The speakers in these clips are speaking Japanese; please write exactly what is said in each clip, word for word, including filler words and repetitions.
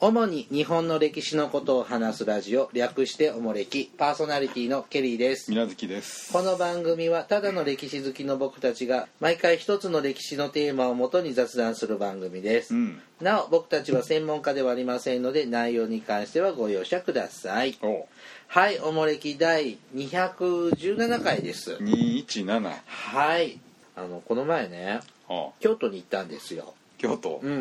主に日本の歴史のことを話すラジオ、略しておもれき、パーソナリティのケリーです。 水無月です。 この番組はただの歴史好きの僕たちが毎回一つの歴史のテーマをもとに雑談する番組です、うん、なお僕たちは専門家ではありませんので内容に関してはご容赦ください。はい、おもれき第にひゃくじゅうななかいです。 にひゃくじゅうなな。 はい、あのこの前ね、ああ京都に行ったんですよ。 京都、 うん、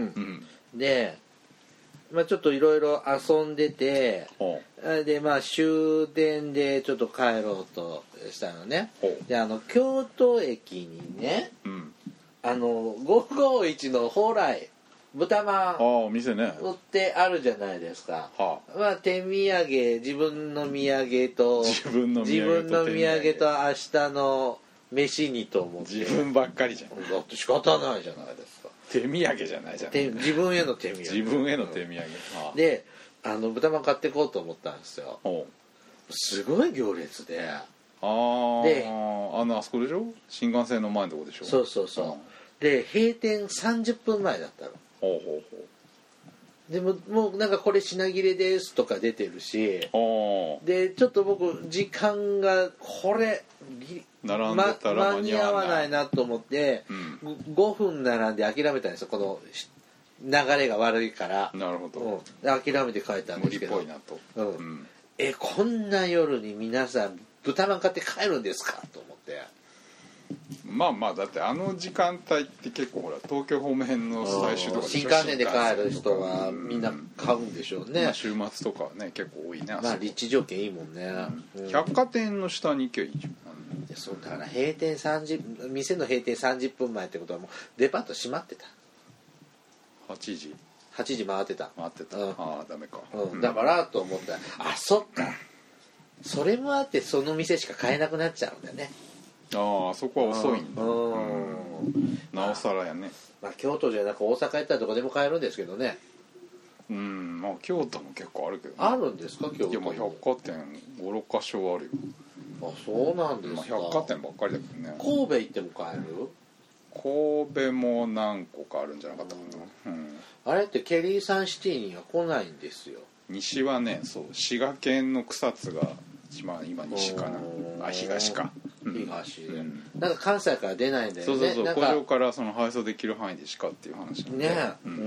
うん、でまあ、ちょっといろいろ遊んでて、でまあ終電でちょっと帰ろうとしたのね。であの京都駅にね、うん、あのごーごーいちの蓬莱豚まんあお店ね売ってあるじゃないですか。はあ、まあ手土産、自分の土産と自分の土産と明日の飯にと思って。 自分ばっかりじゃん。 だって仕方ないじゃないですか。 手土産じゃないじゃん。 自分への手土産。 自分への手土産。 うん、で、あの豚まん買ってこうと思ったんですよ。すごい行列で。ああ。で、あのあそこでしょ？新幹線の前のとこでしょ？ そうそうそう。で閉店さんじゅっぷんまえだったの。ほうほうほう。でももうなんかこれ品切れですとか出てるし、でちょっと僕時間がこれ並んでたら間に合わないなと思って、うん、ごふん並んで諦めたんですよ。この流れが悪いから。 なるほど、 うん、諦めて帰ったんですけど、 無理っぽいなと、 うんうん、えこんな夜に皆さん豚まん買って帰るんですかと思って。 まあまあだってあの時間帯って結構ほら東京方面の最終とかで新幹線で帰る人はみんな買うんでしょうね、 まあ、週末とかはね結構多いね。 まあ立地条件いいもんね、 うん、百貨店の下に行けばいいじゃん。 そうだから閉店さんじゅう店の閉店さんじゅっぷんまえってことはもうデパート閉まってた。 はちじはちじ回ってた回ってた、うん、ああダメか、 うん、だからと思ったら、あそっかそれもあってその店しか買えなくなっちゃうんだよね。 ああそこは遅いんだ。うん、なおさらやね。 まあ京都じゃなく大阪行ったらどこでも買えるんですけどね。 うんまあ京都も結構あるけど、ね、 あるんですか京都。 いやまあ百貨店ごろっかしょあるよ。 あそうなんですか。 まあ、百貨店ばっかりだけどね。 神戸行っても買える？ 神戸も何個かあるんじゃなかったかな、うんうん、 あれってケリーサンシティには来ないんですよ。 西はねそう滋賀県の草津が一番今西かなあ東か東で、うん、なんか関西から出ないんだよね。 そうそうそう工場からその配送できる範囲でしかっていう話なんでねえ、うん、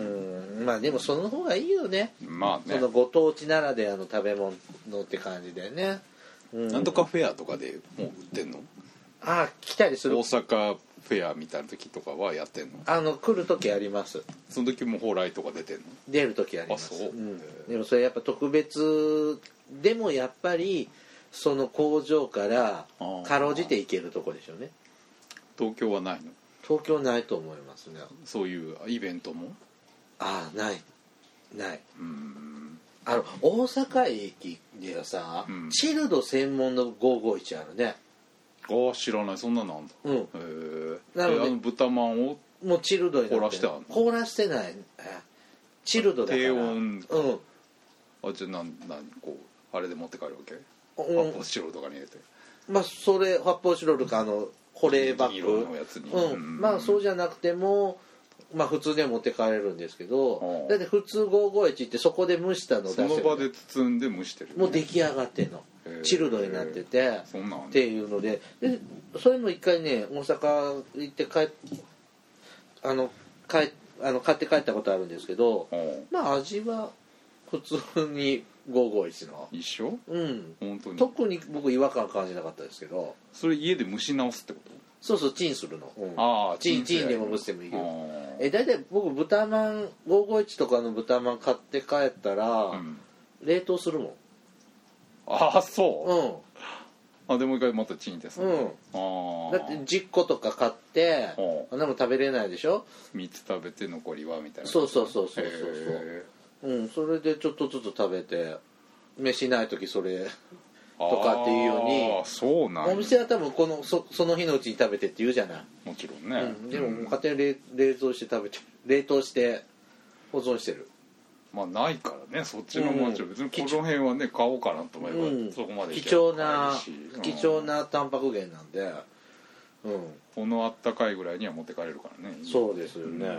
うんまあでもその方がいいよね。 まあねそのご当地ならではの食べ物って感じでね、 うん、なんとかフェアとかでもう売ってんの？ ああ来たりする。 大阪フェアみたいな時とかはやってんの？ あの来る時あります。 その時も蓬莱とか出てんの？ 出る時あります。 あそう、 うん、でもそれやっぱ特別でもやっぱりその工場からかろうじて行けるとこでしょうね。 東京はないの？ 東京ないと思いますね。 そういうイベントも？ ああないない。うーんあの大阪駅ではさ、うん、チルド専門のごーごーいちあるね。 ああ知らないそんなのあんだ。うん。へえ。なのであの豚まんをもうチルドになって凍らしてあるの？ 凍らしてない。チルドだから。 低温。 うん。 あじゃあなんなんこうあれで持って帰るわけ？発泡スチロールとかに入れて。 まあそれ発泡スチロールかあの保冷バッグのやつに。 うん。うん、まあそうじゃなくても。まあ普通で持って帰れるんですけど、だって普通ごーごーいちってそこで蒸したの出してる。 その場で包んで蒸してる、ね、 もう出来上がってんの。チルドになっててそんなんっていうので、でそれも一回ね大阪行って帰あの帰あの買って帰ったことあるんですけど、まあ味は普通にごーごーいちの一緒？ うん本当に特に僕違和感感じなかったですけど。 それ家で蒸し直すってこと？ そうそうチンするの、うん、 あチンチンでも蒸してもいいけどえ大体僕豚まんごーごーいちとかの豚まん買って帰ったら、うん、冷凍するもん。 ああそううんあでもう一回またチンってする、うん、 あだってじゅっことか買ってあんなもん食べれないでしょ。 みっつ食べて残りはみたいな。 そうそうそうそうそうそううんそれでちょっとずつ食べて飯ない時それとかっていうように。 あそうなんお店は多分この そ, その日のうちに食べてって言うじゃない。 もちろんね、 うん、でも家庭で 冷, 冷凍して食べて冷凍して保存してる。 まあないからねそっちのもんちろん、うん、別にこの辺はね買おうかなと思えば、うん、そこまで貴重な、うん、貴重なタンパク源なんで、うん、 このあったかいぐらいには持って帰れるからね。 そうですよね、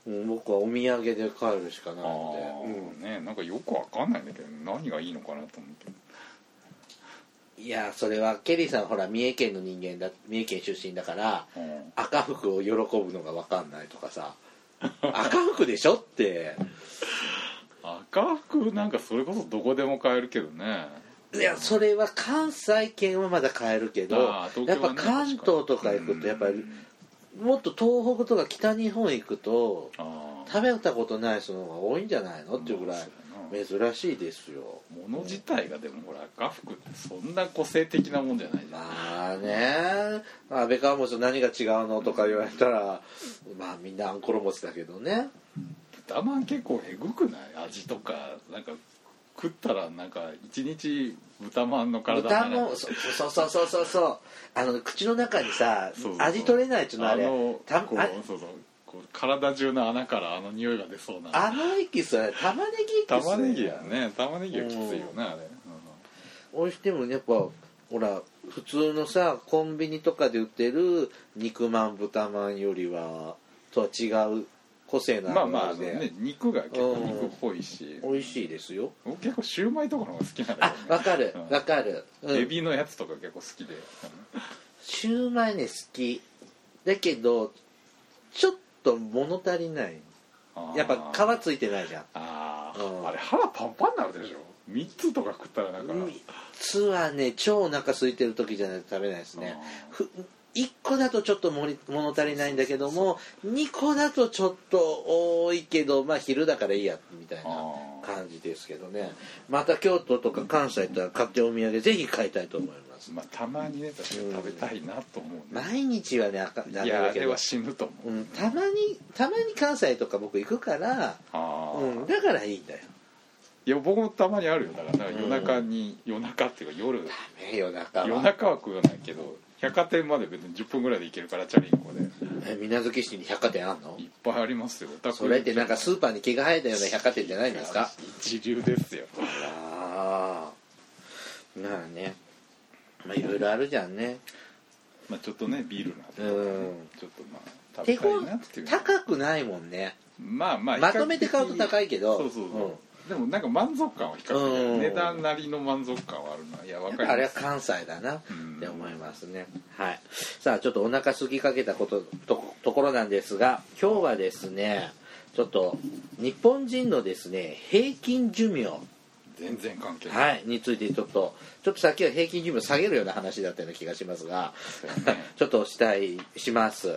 うん、僕はお土産で帰るしかないので、 うん、ね、なんかよくわかんないんだけど何がいいのかなと思って。 いやそれはケリーさんほら三重県の人間だ、三重県出身だから、うん、赤服を喜ぶのが分かんないとかさ赤服でしょって赤服なんかそれこそどこでも買えるけどね。 いやそれは関西圏はまだ買えるけど、ね、やっぱ関東とか行くとやっぱりもっと東北とか北日本行くと食べたことない人の方が多いんじゃないのっていうぐらい珍しいですよ。 物自体がでもほら赤服ってそんな個性的なもんじゃないじゃん。 まあね、安倍川餅と何が違うのとか言われたらまあみんなあんころ餅だけどね。 豚まん結構えぐくない？味とかなんか食ったらなんか一日豚まんの体になる。 豚もそうそうそうそうそうあの口の中にさそうそうそう味取れないっていうのはあれあのたこうそうそうこう体中の穴からあの匂いが出そうなあのエキスは玉ねぎエキス玉ねぎやね玉ねぎはきついよね、うん、あれ、 うん、おいしでもやっぱほら普通のさコンビニとかで売ってる肉まん豚まんよりはとは違う個性のある味で、まあまあね、肉が結構肉っぽいし、 うん、美味しいですよ。 僕結構シューマイとかの方が好きなんだよね。 あ、わかるわかる、 うん、エビのやつとか結構好きでシューマイね好きだけどちょっと物足りない。やっぱ皮ついてないじゃん。 あ、うん、あれ腹パンパンになるでしょ。みっつとか食ったらなんかみっつはね超お腹空いてる時じゃないと食べないですね。いっこだとちょっと物足りないんだけどもにこだとちょっと多いけどまあ昼だからいいやみたいな感じですけどね。また京都とか関西とか買ってお土産ぜひ買いたいと思います。 まあたまにね食べたいなと思う、ね、 毎日はねあかダメだけどいやあれは死ぬと思う、 うん、たまにたまに関西とか僕行くからうん、だからいいんだよ。 いや僕もたまにあるよ。だから夜中に、うん、夜中っていうか夜ダメ夜中は夜中は食わないけど百貨店まで別にじゅっぷんぐらいで行けるからチャリンコで。 え水無月市に百貨店あんの？ いっぱいありますよ。 それってなんかスーパーに毛が生えたような百貨店じゃないんですか？ 一流ですよ。 ああまあねまあいろいろあるじゃんね。 まあちょっとねビールなんで、うん、ちょっとまあ食べたいなっていう。高くないもんね。 まあまあまとめて買うと高いけど。 そうそうそう。うんでもなんか満足感は比較的値段なりの満足感はあるな。いやわかります。 あれは関西だなって思いますね。はい。さあちょっとお腹空きかけたこととところなんですが今日はですねちょっと日本人のですね平均寿命全然関係ない、 はい、についてちょっとちょっとさっきは平均寿命下げるような話だったような気がしますが、ね、ちょっとしたいします。うん、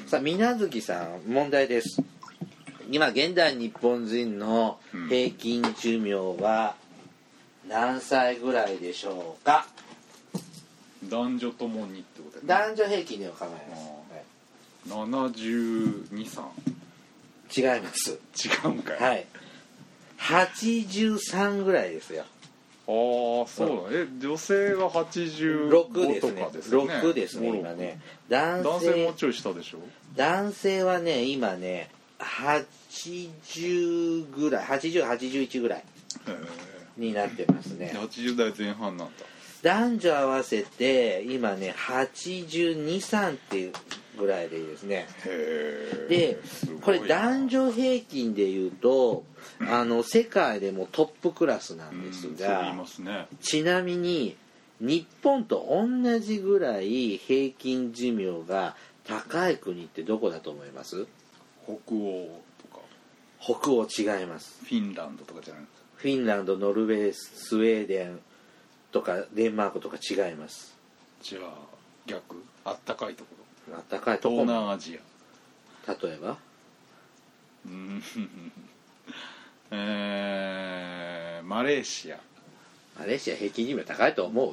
さあ水無月さん問題です。今現代日本人の平均寿命は何歳ぐらいでしょうか？ 男女ともにってことですね。男女平均では構います。 ななじゅうに、さん違います。 違うんかい。 はいはちじゅうさんぐらいですよ。 ああそうだ。え女性がはちじゅうごとかですね。 ろくですね今ね。 男性、男性もうちょい下でしょ。 男性はね今ねはちじゅうぐらいはちじゅう、はちじゅういちぐらいになってますね。 はちじゅう代前半なんだ。 男女合わせて今ねはちじゅうに、さんっていうぐらいでいいですね。 へでこれ男女平均でいうとあの世界でもトップクラスなんですが、 うん、そう言いますね。 ちなみに日本と同じぐらい平均寿命が高い国ってどこだと思います？ 北欧とか。 北欧違います。 フィンランドとかじゃないですか。 フィンランド、ノルウェー、スウェーデンとかデンマークとか違います。 じゃあ逆あったかいところ。 あったかいところ。 東南アジア。例えば？ うんえー、マレーシア。 マレーシア平均寿命高いと思う？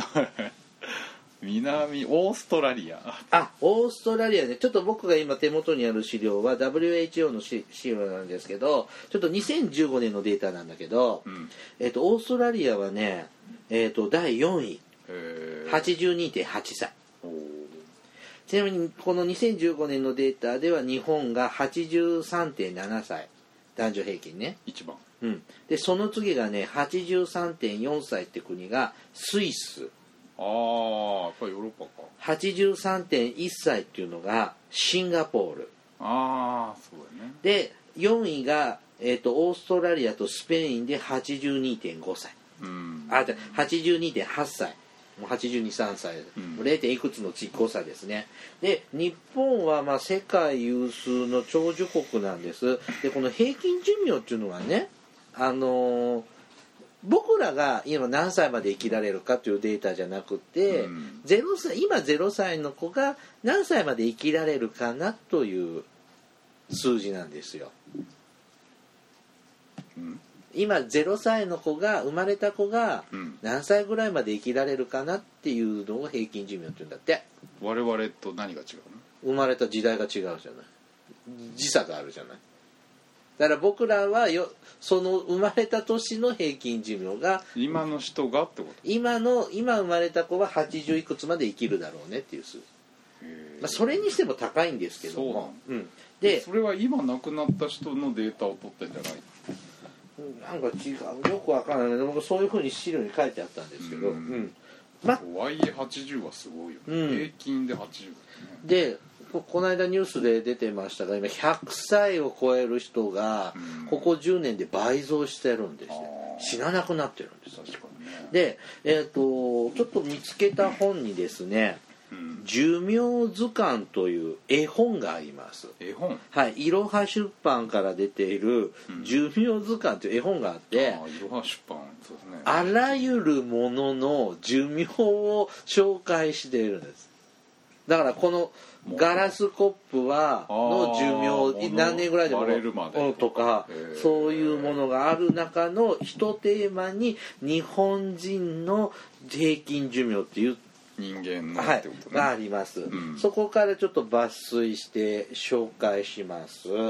南オーストラリア。 あ、オーストラリアね。ちょっと僕が今手元にある資料は ダブリューエイチオー の資料なんですけど、ちょっとにせんじゅうごねんのデータなんだけど、うん、えっとオーストラリアはね、えっとだいよんい、はちじゅうにてんはちさい。ちなみにこのにせんじゅうごねんのデータでは日本が はちじゅうさんてんななさい、男女平均ね。 一番。 うん。でその次がね はちじゅうさんてんよんさいって国がスイス。 ああ、やっぱりヨーロッパか。 はちじゅうさんてんいっさいっていうのがシンガポール。 ああそうだね。 でよんいが、えー、とオーストラリアとスペインで はちじゅうにてんご 歳、うん、あじゃ はちじゅうにてんはっ 歳、もうはちじゅうに、さんさい、うん、れい. いくつのご差ですね。で日本はまあ世界有数の長寿国なんです。でこの平均寿命っていうのはね、あのー、僕らが今何歳まで生きられるかというデータじゃなくて、うん、ゼロさい今ゼロさいの子が何歳まで生きられるかなという数字なんですよ。うん、今ゼロさいの子が生まれた子が何歳ぐらいまで生きられるかなっていうのを平均寿命っていうんだって。 我々と何が違うの？ 生まれた時代が違うじゃない。時差があるじゃない。だから僕らはよその生まれた年の平均寿命が今の人がってこと？ 今の今生まれた子ははちじゅういくつまで生きるだろうねっていう数字。まあ、それにしても高いんですけども、 そう、うん、でそれは今亡くなった人のデータを取ってんじゃない？ なんか違う、よくわからないけど僕そういうふうに資料に書いてあったんですけど、うん、うん、 ま、とはいえはちじゅうはすごいよね、うん、平均ではちじゅう、ね、 で こ, この間ニュースで出てましたが今ひゃくさいを超える人がここじゅうねんで倍増してるんですよ、うん、死ななくなってるんです。確かにね。で、えーと、ちょっと見つけた本にですね、うん、寿命図鑑という絵本があります。 絵本？ はい、いろは出版から出ている寿命図鑑という絵本があって、 うん、あ、いろは出版、そうですね。 あらゆるものの寿命を紹介しているんです。だからこのガラスコップはの寿命何年ぐらいでもとかそういうものがある中の一テーマに日本人の平均寿命っていう人間のってことね、 はい、があります、うん、そこからちょっと抜粋して紹介します、うん、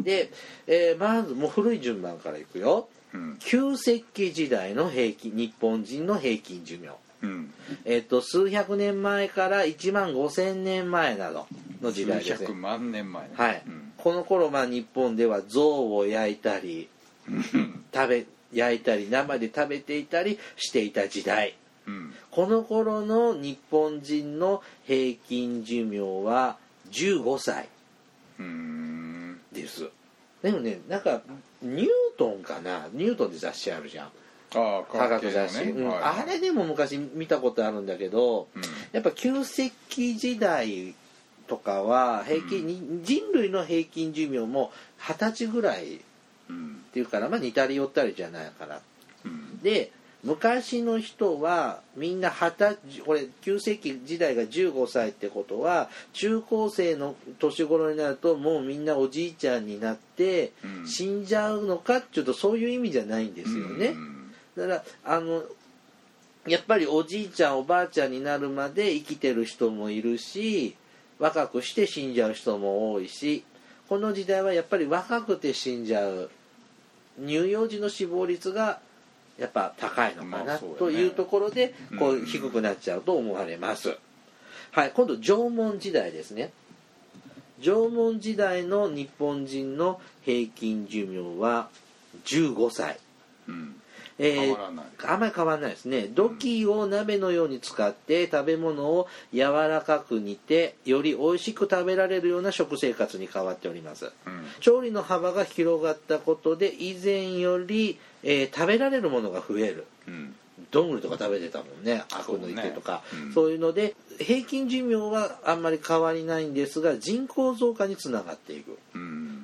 で、えー、まずもう古い順番からいくよ、うん、旧石器時代の平均日本人の平均寿命、うん、えー、と数百年前からいちまんごせんねんまえなどの時代ですね。 数百万年前、ね、 はい、うん、この頃まあ日本では象を焼いたり食べ焼いたり生で食べていたりしていた時代、うん、この頃の日本人の平均寿命はじゅうごさいうーんです。でもね、なんかニュートンかな、ニュートンで雑誌あるじゃん、 あ科学雑誌、ね、うん、はい、あれでも昔見たことあるんだけど、うん、やっぱ旧石器時代とかは平均、うん、人類の平均寿命もはたちぐらいっていうから、まあ似たり寄ったりじゃないから、うん、で昔の人はみんなはたち、これ旧石器時代がじゅうごさいってことは中高生の年頃になるともうみんなおじいちゃんになって死んじゃうのかっていうとそういう意味じゃないんですよね、うん、だからあのやっぱりおじいちゃんおばあちゃんになるまで生きてる人もいるし若くして死んじゃう人も多いし、この時代はやっぱり若くて死んじゃう乳幼児の死亡率がやっぱ高いのかなというところでこう低くなっちゃうと思われます。はい、今度縄文時代ですね。縄文時代の日本人の平均寿命はじゅうごさい、うん、えー、変わらない、あんまり変わらないですね。土器を鍋のように使って食べ物を柔らかく煮てより美味しく食べられるような食生活に変わっております、うん、調理の幅が広がったことで以前より、えー、食べられるものが増える、うん、どんぐりとか食べてたもんね、アク抜いてとか そう,、ねうん、そういうので平均寿命はあんまり変わりないんですが人口増加につながっていく、うん、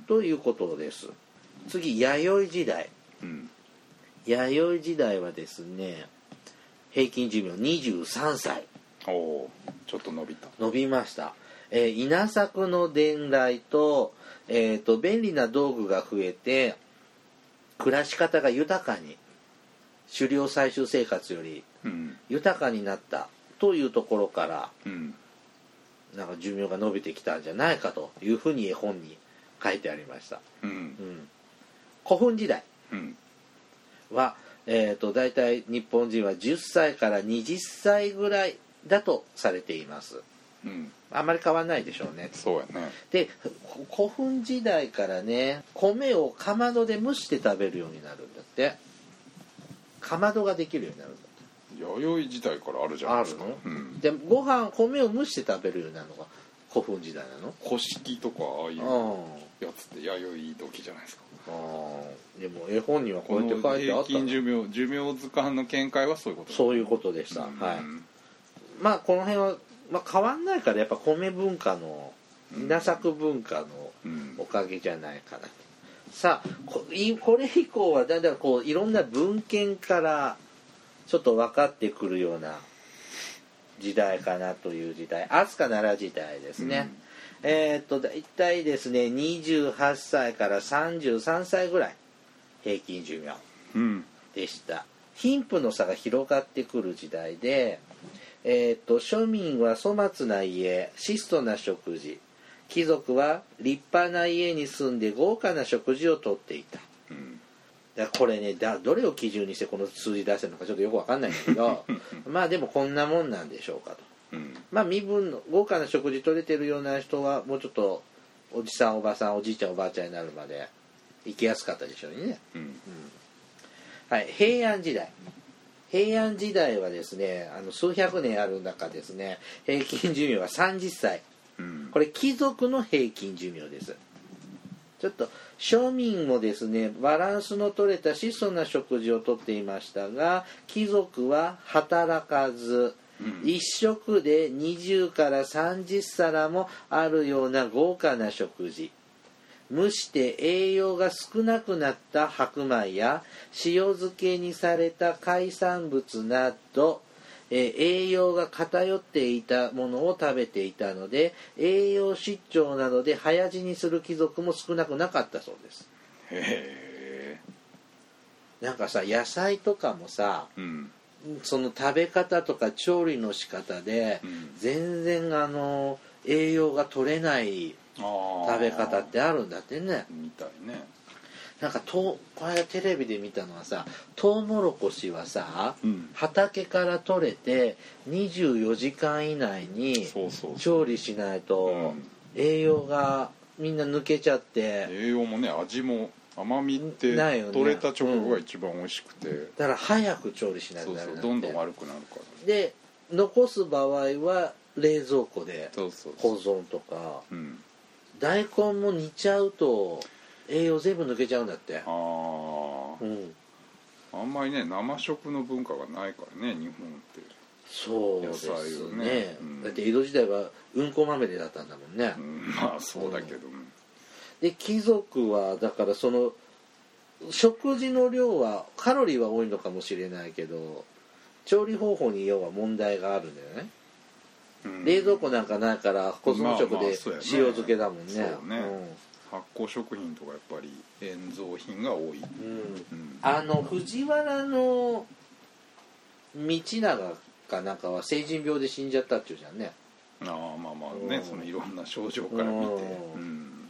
ということです。次、弥生時代、うん、弥生時代はですね平均寿命にじゅうさんさい。 おお、ちょっと伸びた伸びました、えー、稲作の伝来と、えー、と便利な道具が増えて暮らし方が豊かに狩猟採集生活より豊かになったというところから、うん、なんか寿命が伸びてきたんじゃないかというふうに絵本に書いてありました、うんうん、古墳時代は、えー、と大体日本人はじゅっさいからはたちぐらいだとされています、うん、あんまり変わらないでしょうね。 そうやね。 で古墳時代からね米をかまどで蒸して食べるようになるんだって。かまどができるようになるんだって。 弥生時代からあるじゃないですか。 あるの、うん、でご飯米を蒸して食べるようになるのが古墳時代なの？ 古式とかああいうやつって弥生時じゃないですか。 ああ、でも絵本にはこうやって書いてあった。 平均寿命寿命図鑑の見解はそういうこと。 そういうことでした。うん、はい。まあこの辺は、まあ、変わんないからやっぱ米文化の稲作文化のおかげじゃないかなと。うん、さあ こ, これ以降はだんだんこういろんな文献からちょっと分かってくるような時代かなという時代、飛鳥奈良時代ですね。うん、えー、っと大体ですねにじゅうはっさいからさんじゅうさんさいぐらい平均寿命でした。うん、貧富の差が広がってくる時代で、えー、っと庶民は粗末な家、質素な食事、貴族は立派な家に住んで豪華な食事をとっていた。うん、だこれねだどれを基準にしてこの数字出してるのかちょっとよく分かんないんだけどまあでもこんなもんなんでしょうかと。うん、まあ身分の豪華な食事取れてるような人はもうちょっとおじさんおばさんおじいちゃんおばあちゃんになるまで生きやすかったでしょうね。うんうん、はい、平安時代平安時代はですねあの数百年ある中ですね平均寿命はさんじゅっさい。うん、これ貴族の平均寿命です。ちょっと庶民もですねバランスの取れた質素な食事をとっていましたが貴族は働かず、うん、一食でにじゅうからさんじゅっさらもあるような豪華な食事、蒸して栄養が少なくなった白米や塩漬けにされた海産物など、えー、栄養が偏っていたものを食べていたので栄養失調などで早死にする貴族も少なくなかったそうです。へー。なんかさ野菜とかもさ、うん、その食べ方とか調理の仕方で、うん、全然あの栄養が取れない食べ方ってあるんだってね。 みたいね。 なんかとこの間テレビで見たのはさトウモロコシはさ、うん、畑から取れてにじゅうよじかん以内に調理しないと栄養がみんな抜けちゃって、 うん、栄養もね味も甘みって取れた直後が一番美味しくて、うん、 だから早く調理しないとダメなんで、 そうそうどんどん悪くなるから、 で残す場合は冷蔵庫で保存とか、うん、大根も煮ちゃうと栄養全部抜けちゃうんだって。ああ、 うん、あんまりね生食の文化がないからね日本って。 そうですね、うん、だって江戸時代はうんこまみれだったんだもんね、 うん、まあそうだけど、うん、 で貴族はだからその食事の量はカロリーは多いのかもしれないけど調理方法に要は問題があるんだよね、うん、冷蔵庫なんかないから保存食で塩漬けだもんね、まあまあそうね、うん発酵食品とかやっぱり塩蔵品が多い、うんうん、 あの藤原の道長かなんかは成人病で死んじゃったっていうじゃんね。 ああまあまあね、うん、そのいろんな症状から見て、うん、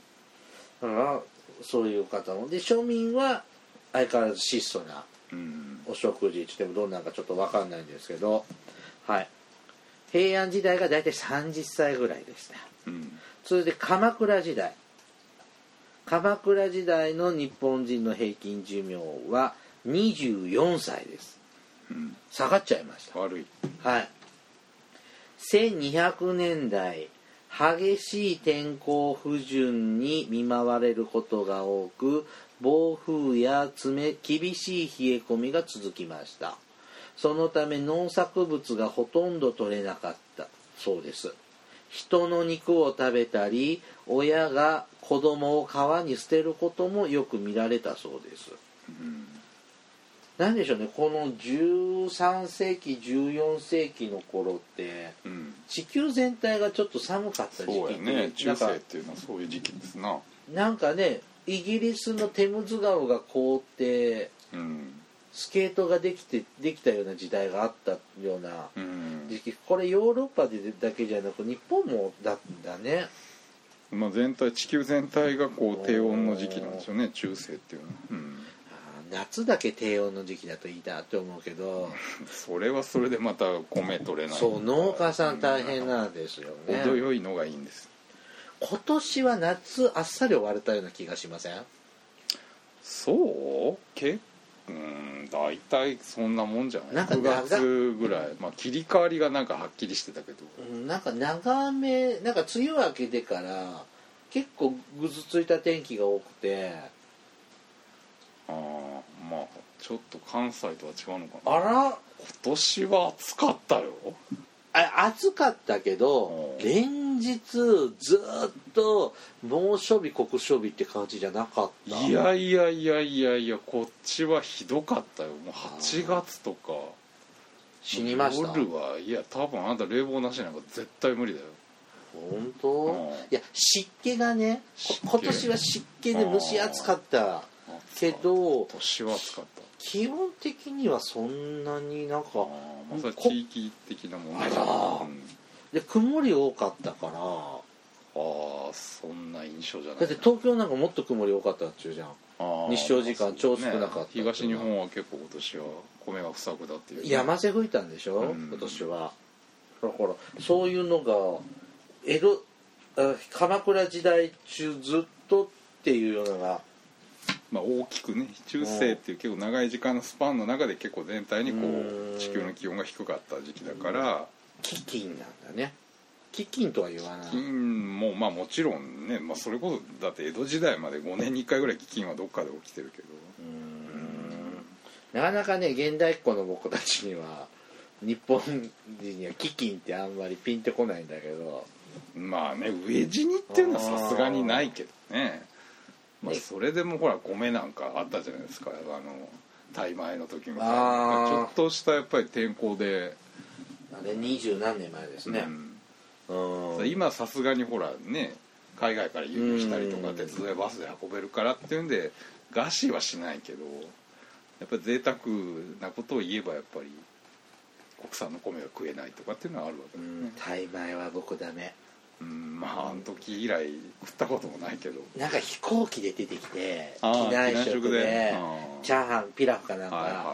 だからそういう方もで庶民は相変わらず質素なお食事、うん、ちょっとどんなんかちょっと分かんないんですけど、はい、平安時代がだいたいさんじゅっさいぐらいでした、うん、それで鎌倉時代鎌倉時代の日本人の平均寿命はにじゅうよんさいです、うん、下がっちゃいました。 悪い。 はい。せんにひゃくねんだい激しい天候不順に見舞われることが多く暴風や冷厳しい冷え込みが続きました。そのため農作物がほとんど取れなかったそうです。人の肉を食べたり親が子供を川に捨てることもよく見られたそうです、うん、なんでしょうねこのじゅうさんせいきじゅうよんせいきの頃って、うん、地球全体がちょっと寒かった時期そうやね中世っていうのはそういう時期ですな。 なんかねイギリスのテムズ川が凍って、うんスケートができてできたような時代があったような時期、うん、これヨーロッパでだけじゃなく日本もだだね。 まあ全体地球全体がこう低温の時期なんですよね中世っていうのは、うん、 夏だけ低温の時期だといいなって思うけどそれはそれでまた米取れないそう農家さん大変なんですよね。 程よいのがいいんです。 今年は夏あっさり終われたような気がしません？ そう結うん大体そんなもんじゃない。 なんかくがつぐらい、まあ、切り替わりがなんかはっきりしてたけど、 なんか長めなんか梅雨明けてから結構ぐずついた天気が多くて、 ああまあちょっと関西とは違うのかな。 あら今年は暑かったよ。 あ暑かったけど連日ずっと猛暑日酷暑日って感じじゃなかった。 いやいやいやいやいやこっちはひどかったよ。もうはちがつとか死にました。 夜はいや多分あなた冷房なしなんか絶対無理だよ。 本当？いや湿気がね今年は湿気で蒸し暑かったけど今年は暑かった。 基本的にはそんなになんかまあ、それは地域的な問題じゃない、うん、 で曇り多かったから、ああそんな印象じゃない。 だって東京なんかもっと曇り多かったっちゅうじゃん。日照時間超少なかった、ね、 東日本は結構今年は米が不作だっていう、ね、 山瀬吹いたんでしょ、うん、今年は。だからそういうのが江戸鎌倉時代中ずっとっていうのが、 まあ、大きくね中世っていう結構長い時間のスパンの中で結構全体にこう地球の気温が低かった時期だから飢饉なんだね。飢饉とは言わない。 飢饉もまあもちろんね、まあ、それこそだって江戸時代までごねんにいっかいぐらい飢饉はどっかで起きてるけど、 うんなかなかね現代っ子の僕たちには日本人には飢饉ってあんまりピンとこないんだけど、 まあね飢え死にっていうのはさすがにないけどね。まあ、それでもほら米なんかあったじゃないですか。あの大米の時もちょっとしたやっぱり天候であれ二十何年前ですね、 うんうん、今さすがにほらね海外から輸入したりとか鉄道やバスで運べるからっていうんで餓死はしないけどやっぱり贅沢なことを言えばやっぱり国産の米が食えないとかっていうのはあるわけですね。 タイ米は僕ダメ。 うん、まああの時以来食ったこともないけどなんか飛行機で出てきて機内食でチャーハンピラフかなんか、はいはいはい、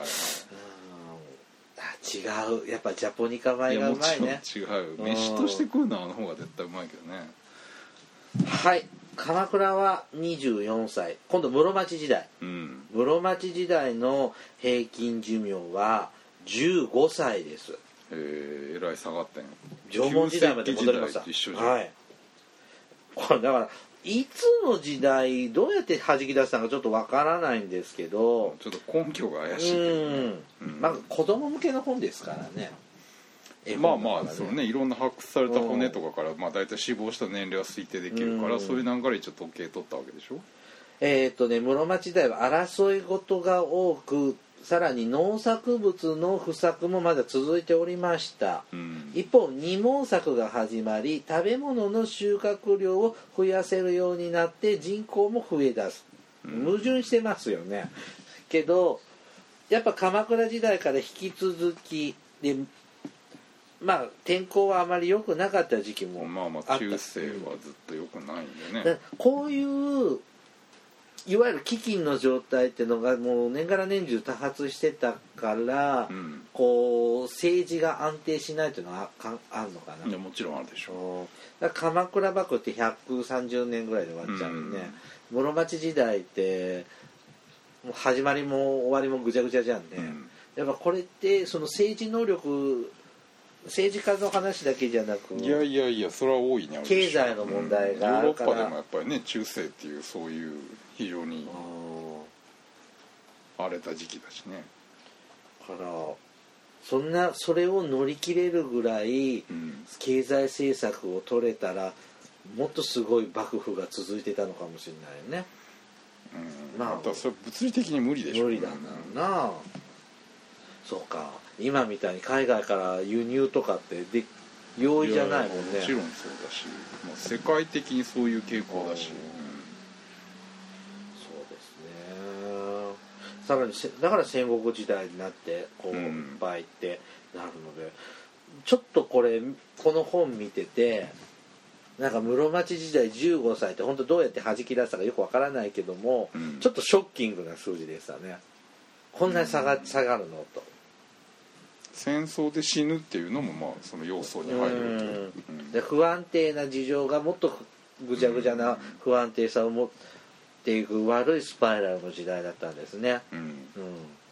うん違うやっぱジャポニカ米がうまいね。 いやもちろん違う飯として食うのはあの方が絶対うまいけどね。 はい鎌倉はにじゅうよんさい今度室町時代、うん、室町時代の平均寿命はじゅうごさいです。 えー、えらい下がってん。 縄文時代まで戻りました。はい。これだからいつの時代どうやって弾き出したのかちょっとわからないんですけど、 ちょっと根拠が怪しいけどね。 うん、まあ子供向けの本ですからね。 ねまあまあそうねいろんな発掘された骨とかからまあ大体死亡した年齢は推定できるからそういう流れ一応統計取ったわけでしょ。 えっとね室町時代は争い事が多く。さらに農作物の不作もまだ続いておりました、うん、一方二毛作が始まり食べ物の収穫量を増やせるようになって人口も増え出す、うん、矛盾してますよねけどやっぱ鎌倉時代から引き続きでまあ天候はあまり良くなかった時期もあった。 まあまあ中世はずっと良くないんでね。 こういういわゆる飢饉の状態っていうのがもう年がら年中多発してたから、うん、こう政治が安定しないというのは あ, あるのかな。 いやもちろんあるでしょう。だから鎌倉幕府ってひゃくさんじゅうねんぐらいで終わっちゃうんで、ね、うん、室町時代ってもう始まりも終わりもぐちゃぐちゃじゃんね、うん、やっぱこれってその政治能力政治家の話だけじゃなくいやいやいやそれは大いにある経済の問題があるから、 うん、ヨーロッパでもやっぱりね中世っていうそういう非常に荒れた時期だしね。 だからそんなそれを乗り切れるぐらい経済政策を取れたらもっとすごい幕府が続いてたのかもしれないよね。 うん、まあだからそれ物理的に無理でしょ。 無理だな。そうか今みたいに海外から輸入とかってで容易じゃないもんね。 もちろんそうだし、まあ、世界的にそういう傾向だし、うん、 そうですね。さらにだから戦国時代になってこう、うん、場合ってなるのでちょっとこれこの本見ててなんか室町時代じゅうごさいって本当どうやって弾き出したかよくわからないけども、うん、ちょっとショッキングな数字でしたね。こんなに下が、下がるのと。 戦争で死ぬっていうのもまあその要素に入ると、 うん、で不安定な事情がもっとぐちゃぐちゃな不安定さを持っていく悪いスパイラルの時代だったんですね、うんうん、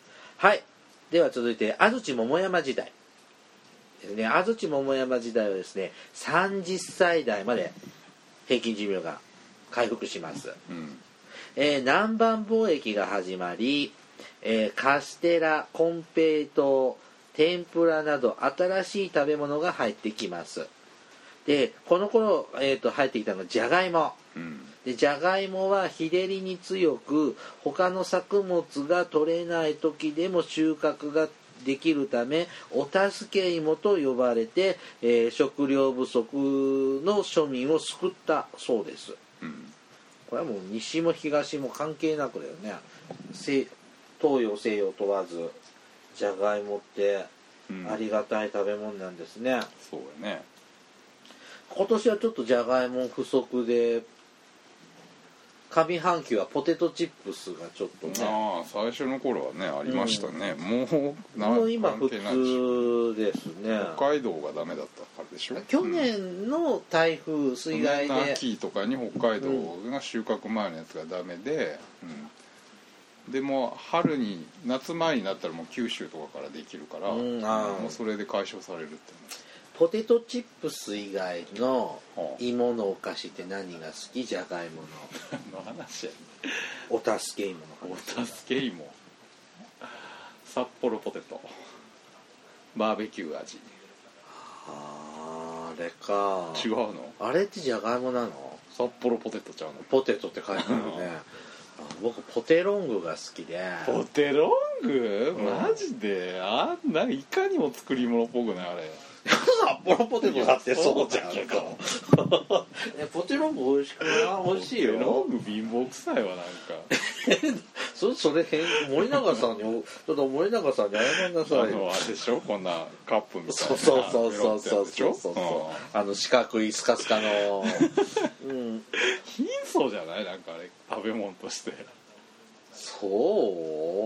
はい。では続いて安土桃山時代ですね。安土桃山時代はですねさんじゅっさい代まで平均寿命が回復します、うんえー、南蛮貿易が始まり、えー、カステラ、コンペイトー、天ぷらなど新しい食べ物が入ってきます。でこの頃、えー、と入ってきたのがじゃがいも、うん、でじゃがいもは日照りに強く他の作物が取れない時でも収穫ができるためお助け芋と呼ばれて、えー、食料不足の庶民を救ったそうです、うん、これはもう西も東も関係なくだよね。西洋西洋問わずじゃがいもってありがたい食べ物なんですね、うん、 そうだね。 今年はちょっとじゃがいも不足で上半期はポテトチップスがちょっとね、 ああ最初の頃はねありましたね、うん、もうもう今普通ですね。 北海道がダメだったからでしょ。 去年の台風水害で、 うん、秋とかに北海道が収穫前のやつがダメで、うん、でも春に夏前になったらもう九州とかからできるから、うん、あもうそれで解消されるって。 ポテトチップス以外の芋のお菓子って何が好き？じゃがいものの話やね。 お助け芋の話。お助け芋。札幌ポテト。バーベキュー味。 あーあれか。 違うの？ あれってじゃがいもなの？ 札幌ポテトちゃうの？ ポテトって書いてあるね。僕ポテロングが好きで。 ポテロング？マジで？あんないかにも作り物っぽくないあれ。 札幌ポテトだってそうじゃんか。ポテロング美味しくない？美味しいよ。 ポテロング貧乏くさいわなんか。 そそれ森永さんにちょっと森永さんに謝んなさい。 あのあれでしょこんなカップみたいな。 そうそうそうそうそうそうそう。あの四角いスカスカの。うん。 貧相じゃないなんかあれ食べ物として。 そう。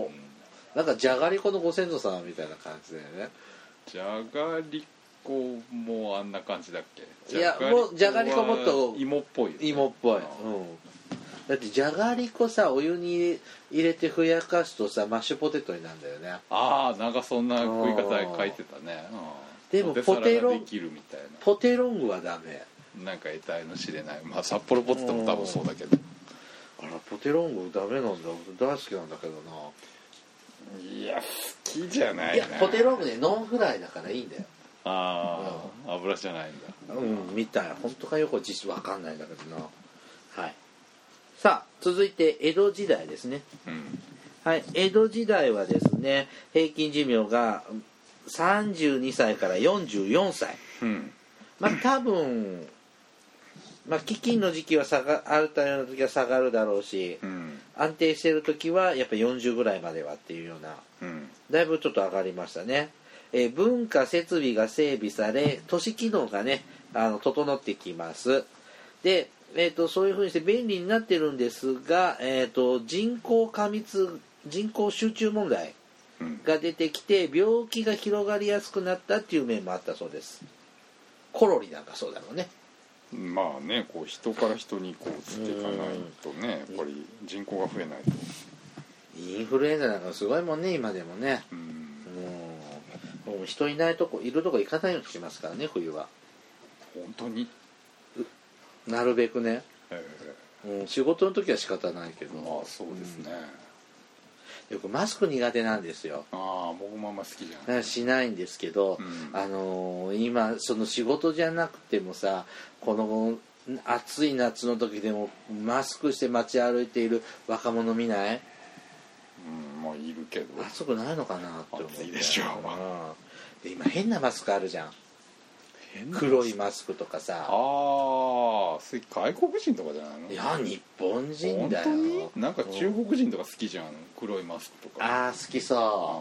うん、なんかじゃがりこのご先祖さんみたいな感じだよね。 じゃがりこもあんな感じだっけ？ いやもうじゃがりこもっと芋っぽい、ね、 芋っぽい、うん、だってじゃがりこさお湯に入れてふやかすとさマッシュポテトになるんだよね。 ああなんかそんな食い方書いてたね、 うん、でもポテロンポテロングはダメなんか得体の知れない。まあ札幌ポテトも多分そうだけど、 あらポテロングダメなんだ。大好きなんだけどな。 いや好きじゃないな。いやポテロングねノンフライだからいいんだよ。 ああ、うん、油じゃないんだ。 うんみたい。本当かよく実わかんないんだけどな。はい。さあ続いて江戸時代ですね、うん、はい江戸時代はですね平均寿命がさんじゅうにさいからよんじゅうよんさい、うん、まあ多分まあ飢饉の時期は下があるたような時は下がるだろうし、うん、安定してる時はやっぱよんじゅうぐらいまではっていうような、うん、だいぶちょっと上がりましたね。えー、文化設備が整備され都市機能がねあの整ってきます。で、えー、とそういうふうにして便利になってるんですが、えー、と人口過密人口集中問題が出てきて病気が広がりやすくなったっていう面もあったそうです。コロリなんかそうだろうね。 まあねこう人から人にこう移っていかないとねやっぱり人口が増えないと。 インフルエンザなんかすごいもんね今でもね。うんもう人いないとこいるとこ行かないようにしますからね冬は。 本当になるべくね、うん、仕事の時は仕方ないけど。 まあそうですね、 うん、よくマスク苦手なんですよ。 ああ僕もあんま好きじゃないしないんですけど、うん、あのー、今その仕事じゃなくてもさこの暑い夏の時でもマスクして街歩いている若者見ない？ うんまあいるけど暑くないのかなって思って。 暑いでしょう、で今変なマスクあるじゃん。黒いマスクとかさ。 ああそれ外国人とかじゃないの？ いや日本人だよ。 本当になんか中国人とか好きじゃん黒いマスクとか。 ああ好きそう、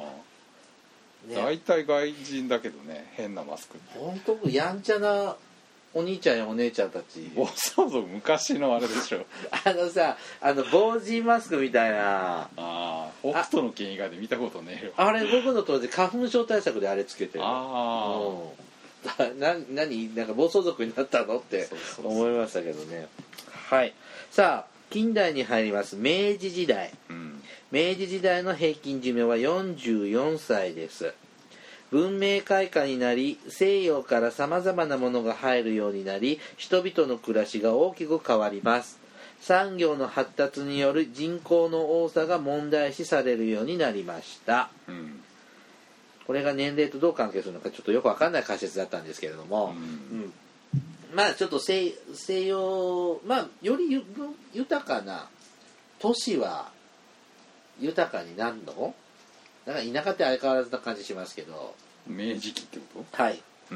ね、大体外人だけどね変なマスクって本当やんちゃなお兄ちゃんやお姉ちゃんたち。 そうそう昔のあれでしょあのさあの防塵マスクみたいな。ああ北斗の拳以外で見たことねえよ。 あれ僕の当時花粉症対策であれつけてる。ああな何なんか暴走族になったのって思いましたけどね。はい。さあ近代に入ります明治時代、うん、 明治時代の平均寿命はよんじゅうよんさいです。文明開化になり、西洋からさまざまなものが入るようになり、人々の暮らしが大きく変わります。産業の発達による人口の多さが問題視されるようになりました、うん、これが年齢とどう関係するのかちょっとよく分かんない解説だったんですけれども、うんうん、まあちょっと 西, 西洋まあより豊かな都市は豊かになるの？だから田舎って相変わらずな感じしますけど、 明治期ってこと？ はい。 うん、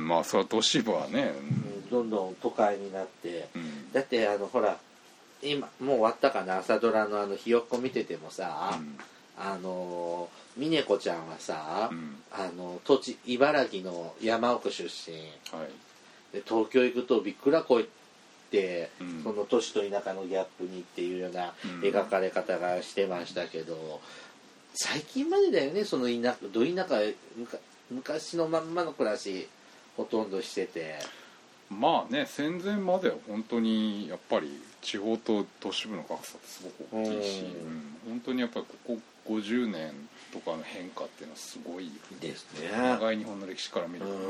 まあそれは都市部はね、 うん、どんどん都会になって、うん、だってあのほら今もう終わったかな、朝ドラのあのひよっこ見ててもさ、うん、あの峰子ちゃんはさ、うん、あの土地茨城の山奥出身、はい、で東京行くとびっくらこいって、うん、その都市と田舎のギャップにっていうような描かれ方がしてましたけど、うん、最近までだよね、その田舎ど田舎昔のまんまの暮らしほとんどしてて。 まあね、戦前までは本当にやっぱり地方と都市部の格差ってすごく大きいし、うん、本当にやっぱりここごじゅうねんとかの変化っていうのはすごいですね。 長い日本の歴史から見るとね、うん、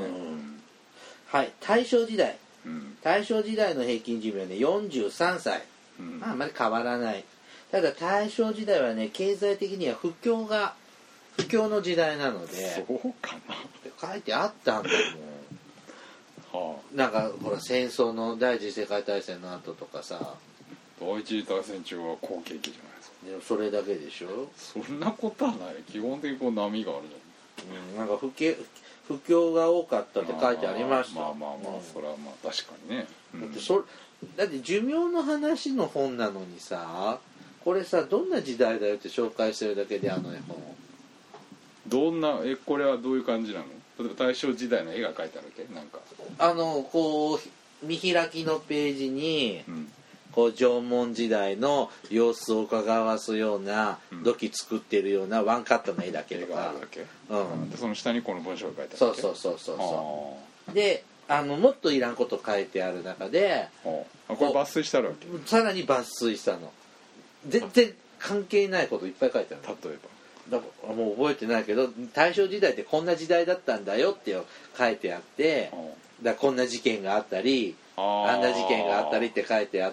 はい、大正時代、うん、大正時代の平均寿命はねよんじゅうさんさい、うん、まああまり変わらない。ただ大正時代はね経済的には不況が不況の時代なので、 そうかなって書いてあったんだもんはあ、なんかほら戦争の第一次世界大戦の後とかさ、 第一次大戦中は好景気じゃないですか。 でもそれだけでしょ。 そんなことはない。基本的にこう波があるじゃん、うん、なんか不況不況が多かったって書いてありました。 まあまあまあ、うん、それはまあ確かにね、 うん、だってそだって寿命の話の本なのにさ、これさどんな時代だよって紹介してるだけで、あの絵本どんなえこれはどういう感じなの？例えば大正時代の絵が描いてあるわけ？なんかあのこう見開きのページに、うん、こう縄文時代の様子を伺わすような、うん、土器作ってるようなワンカットの絵だけとか、絵があるわけ、 うん、でその下にこの文章が書いてあるわけ。 そうそうそうそうそうで、あのもっといらんこと書いてある中で、 あこれ抜粋してあるわけ。 さらに抜粋したの。全然関係ないこといっぱい書いてある。 例えばだからもう覚えてないけど、大正時代ってこんな時代だったんだよって書いてあって、だこんな事件があったり あ, あんな事件があったりって書いてあって、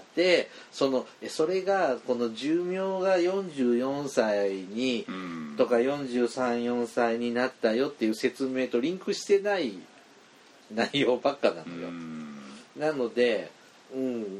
そのそれがこの寿命がよんじゅうよんさいに、うん、とかよんじゅうさん、よんさいになったよっていう説明とリンクしてない内容ばっかなのよ、うん、なので、うん、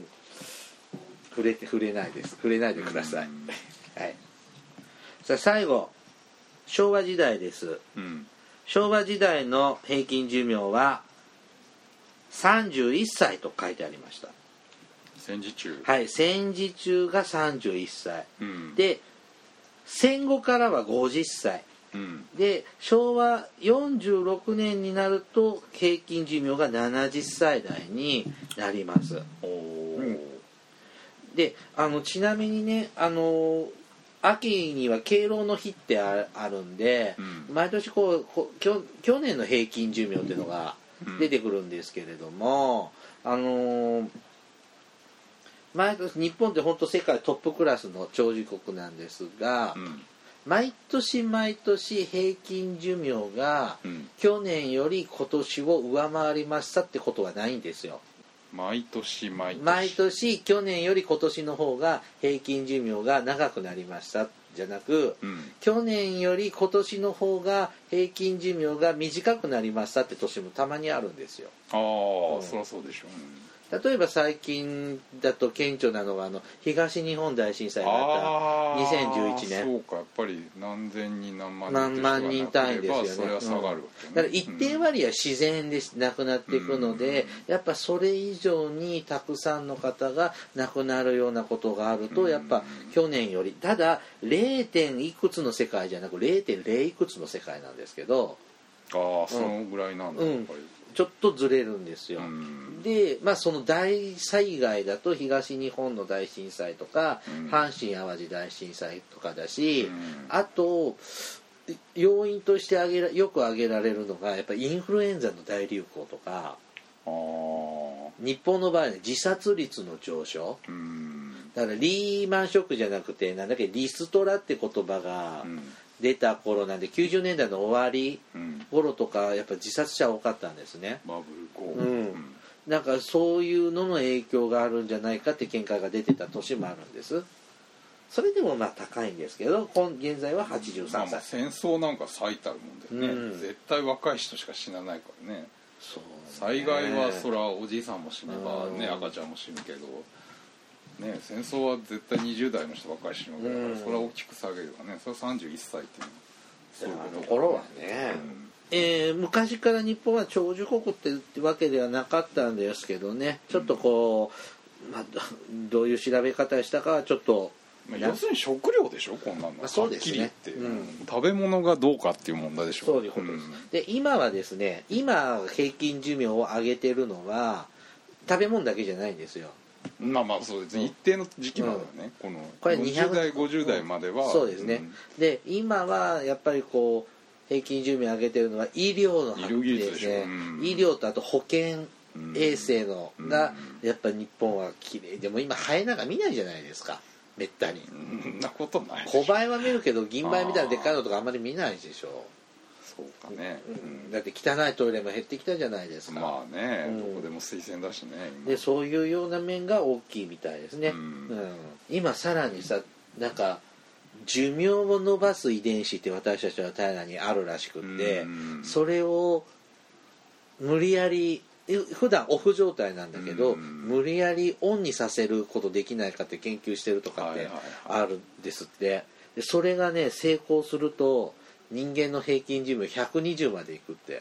触れて触れないです触れないでください、うん、はい。さあ最後昭和時代です、うん、昭和時代の平均寿命はさんじゅういっさいと書いてありました。 戦時中、 はい戦時中がさんじゅういっさい、うん、で戦後からはごじゅっさい、うん、で昭和よんじゅうろくねんになると平均寿命がななじゅっさい代になります。お、うん、であのちなみにね、あの秋には敬老の日ってあるんで、うん、毎年こうこ去去年の平均寿命っていうのが出てくるんですけれども、うん、あのー、毎年日本って本当世界トップクラスの長寿国なんですが、うん、毎年毎年平均寿命が去年より今年を上回りましたってことはないんですよ。 毎年毎年毎年去年より今年の方が平均寿命が長くなりましたじゃなく、うん、去年より今年の方が平均寿命が短くなりましたって年もたまにあるんですよ。 ああ、うん、そりゃそうでしょう、うん例えば最近だと顕著なのがあの東日本大震災があったにせんじゅういちねん。 そうか、やっぱり何千人何万人何万人単位ですよね。 それは下がるわけね、 うん、だから一定割は自然でなくなっていくので、うん、やっぱそれ以上にたくさんの方が亡くなるようなことがあると、やっぱ去年よりただ ゼロ. 点いくつの世界じゃなく ゼロてんゼロ いくつの世界なんですけど、 ああそのぐらいなんだ、うん、やっぱりちょっとずれるんですよ。で、まあその大災害だと東日本の大震災とか、うん、阪神・淡路大震災とかだし、うん、あと要因として挙げらよく挙げられるのがやっぱりインフルエンザの大流行とか、あ日本の場合は自殺率の上昇、うん、 だからリーマンショックじゃなくてなんだっけリストラって言葉が出た頃なんで、きゅうじゅうねんだいの終わり頃とかやっぱ自殺者多かったんですね。 バブル後、 うん、なんかそういうのの影響があるんじゃないかって見解が出てた年もあるんです。それでもまあ高いんですけど、現在ははちじゅうさんさい。 まあ、戦争なんか最たるもんだよね、うん、絶対若い人しか死なないからね。そうね、災害はそらおじいさんも死ねば、ね、赤ちゃんも死ぬけど、ね、戦争は絶対にじゅうだいの人ばっかり死ぬわけだから、うん、それは大きく下げるわね。それはさんじゅういっさいっていうそういうところはね、うんえー、昔から日本は長寿国ってわけではなかったんですけどね、ちょっとこう、まあ、どういう調べ方したかはちょっと、 まあ、要するに食料でしょこんなの、まあ、 そうですね、 はっきり言って、うん、食べ物がどうかっていう問題でしょ。 そういうことです、うん、で今はですね、今平均寿命を上げてるのは食べ物だけじゃないんですよ。 まあまあそうです、うん、一定の時期まではね、うん、このこれごじゅうだいごじゅうだいまでは、 うん、そうですね、うん、で今はやっぱりこう平均寿命上げてるのは医療の発展ですね、うん、医療とあと保健衛生のがやっぱ日本は綺麗でも今ハエなんか見ないじゃないですか、めったに。 そんなことないでしょ。小映えは見るけど銀映えみたいなでっかいのとかあんまり見ないでしょ。 そうかね、 うん、だって汚いトイレも減ってきたじゃないですか。 まあね、うん、どこでも水洗だしね今でそういうような面が大きいみたいですね、うんうん、今さらにさなんか寿命を伸ばす遺伝子って私たちは体内にあるらしくって、うん、それを無理やり普段オフ状態なんだけど、うん、無理やりオンにさせることできないかって研究してるとかってあるんですって、はいはいはい、でそれがね成功すると人間の平均寿命ひゃくにじゅうまでいくって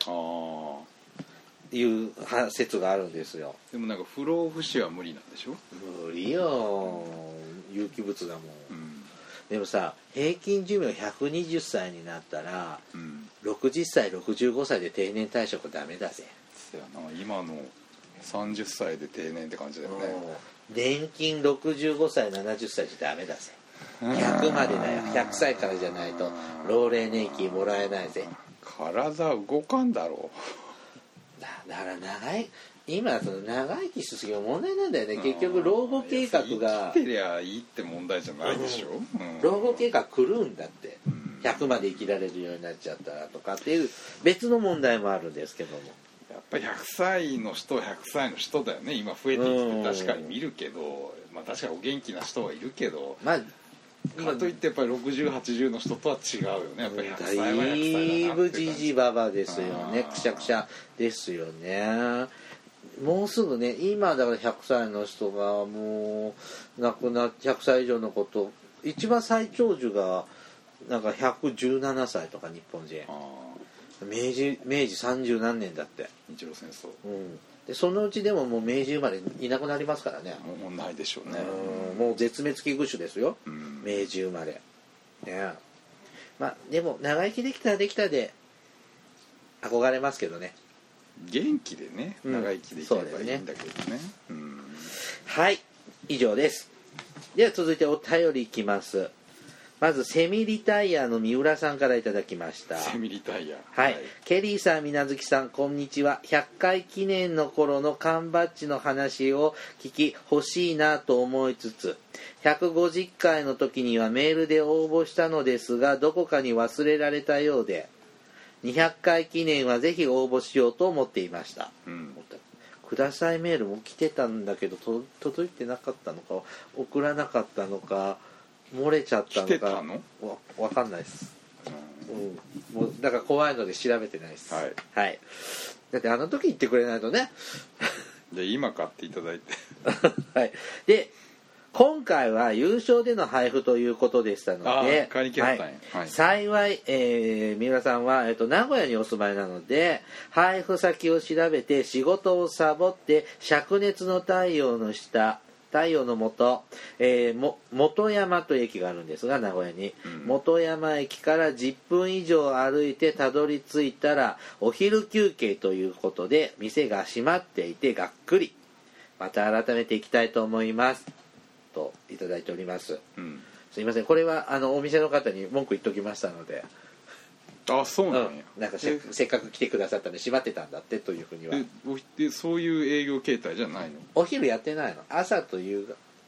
いう説があるんですよ。 でもなんか不老不死は無理なんでしょ。 無理よ、有機物だもん、うん、でもさ平均寿命ひゃくにじゅっさいになったら、うん、ろくじゅっさいろくじゅうごさいで定年退職ダメだぜ。 今のさんじゅっさいで定年って感じだよね。 年金ろくじゅうごさいななじゅっさいじゃダメだぜ。ひゃくまでだよ。ひゃくさいからじゃないと老齢年金もらえないぜ。 体動かんだろう。だ, だから長い今その長生きしすぎる問題なんだよね。結局老後計画が生きてりゃいいって問題じゃないでしょ、うんうん、 老後計画狂うんだって、うん、ひゃくまで生きられるようになっちゃったらとかっていう別の問題もあるんですけども、 やっぱりひゃくさいの人はひゃくさいの人だよね。今増えてきて確かに見るけど、まあ確かにお元気な人はいるけど、まあかといってやっぱりろくじゅう、はちじゅうの人とは違うよね。やっぱりひゃくさいはひゃくさいだなって感じ。 だいぶじじばばですよね。くしゃくしゃですよね。もうすぐね、今だからひゃくさいの人がもう亡くなってひゃくさい以上のこと、一番最長寿がなんかひゃくじゅうななさいとか日本人。明治明治さんじゅうなんねんだって。 日露戦争。 うん。でそのうちでももう明治生まれいなくなりますからね。 もうないでしょうね。 うんもう絶滅危惧種ですよ。うん、明治生まれ。ね。まあでも長生きできたらできたで憧れますけどね。 元気でね長生きできればいいんだけどね。うんうん、 はい以上です。では続いてお便りいきます。まずセミリタイヤの三浦さんからいただきました。 セミリタイヤ、 はい、はい、ケリーさん、みなずきさん、こんにちは。ひゃっかい記念の頃の缶バッジの話を聞き欲しいなと思いつつ、ひゃくごじゅっかいの時にはメールで応募したのですがどこかに忘れられたようで、にひゃっかい記念はぜひ応募しようと思っていました、うん、くださいメールも来てたんだけどと届いてなかったのか送らなかったのか漏れちゃったのか来てたの？ わわかんないです、うん、もうだから怖いので調べてないです、はい、はい、だってあの時言ってくれないとねじゃあ今買っていただいてはいで今回は優勝での配布ということでしたので、 買いに来たんや、 はい、幸い、えー、三浦さんは、えーと、名古屋にお住まいなので配布先を調べて仕事をサボって灼熱の太陽の下太陽の下、えー、も本山という駅があるんですが名古屋に、うん、本山駅からじゅっぷん以上歩いてたどり着いたらお昼休憩ということで店が閉まっていてがっくり。また改めて行きたいと思いますといただいております、うん、すいませんこれはあのお店の方に文句言っときましたので。 あ、そうなんや、 うん、なんかせっかく来てくださったので閉まってたんだってというふうには。 えでそういう営業形態じゃないの？ お昼やってないの。朝と夕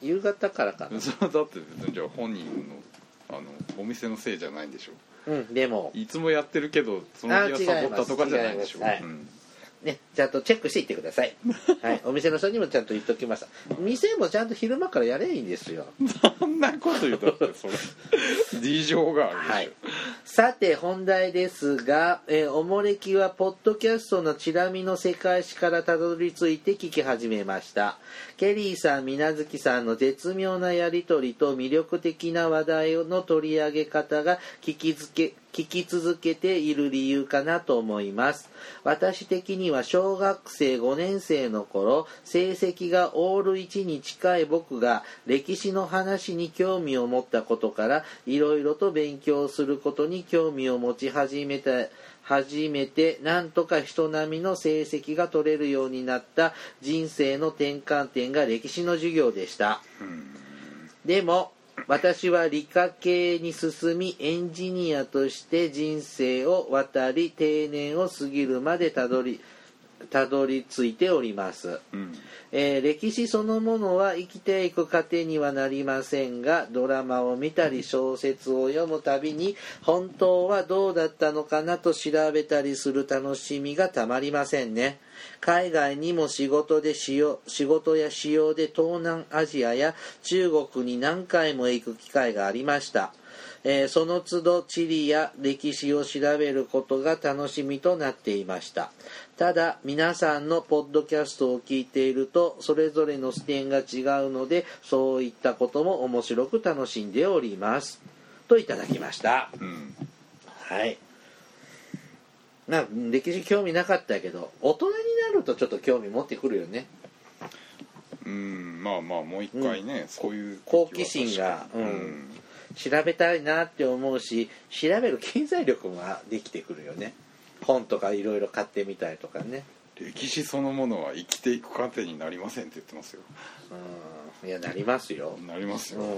夕方からかな。 それだって別にじゃあ本人のあのお店のせいじゃないんでしょ。 うんでもいつもやってるけどその日はサボったとかじゃないでしょ。 はい、うんね、ちゃんとチェックしていってください。はい、お店の人にもちゃんと言っときました。店もちゃんと昼間からやればいいんですよ。 そんなこと言うとそれ事情があるでしょ。はい、 さて本題ですが、えー、おもれきはポッドキャストのチラ見の世界史からたどり着いて聞き始めました。ケリーさん、みなずきさんの絶妙なやりとりと魅力的な話題の取り上げ方が聞きづけ聞き続けている理由かなと思います。私的には小学生ごねん生の頃、成績がオールいちに近い僕が歴史の話に興味を持ったことから、いろいろと勉強することに興味を持ち始めた初めてなんとか人並みの成績が取れるようになった人生の転換点が歴史の授業でした。でも私は理科系に進みエンジニアとして人生を渡り定年を過ぎるまでたどりたどり着いております、うんえー、歴史そのものは生きていく糧にはなりませんが、ドラマを見たり小説を読むたびに本当はどうだったのかなと調べたりする楽しみがたまりませんね。海外にも仕事で仕事や使用で東南アジアや中国に何回も行く機会がありました。えー、その都度地理や歴史を調べることが楽しみとなっていました。ただ皆さんのポッドキャストを聞いているとそれぞれの視点が違うので、そういったことも面白く楽しんでおりますといただきました、うん、はい。まあ歴史興味なかったけど大人になるとちょっと興味持ってくるよね。 うんまあまあもう一回ね、うん、そういう好奇心が、うんうん、調べたいなって思うし、調べる経済力もできてくるよね。本とかいろいろ買ってみたりとかね。 歴史そのものは生きていく糧になりませんって言ってますよ。 うんいやなりますよ。 なりますよ、うんうん、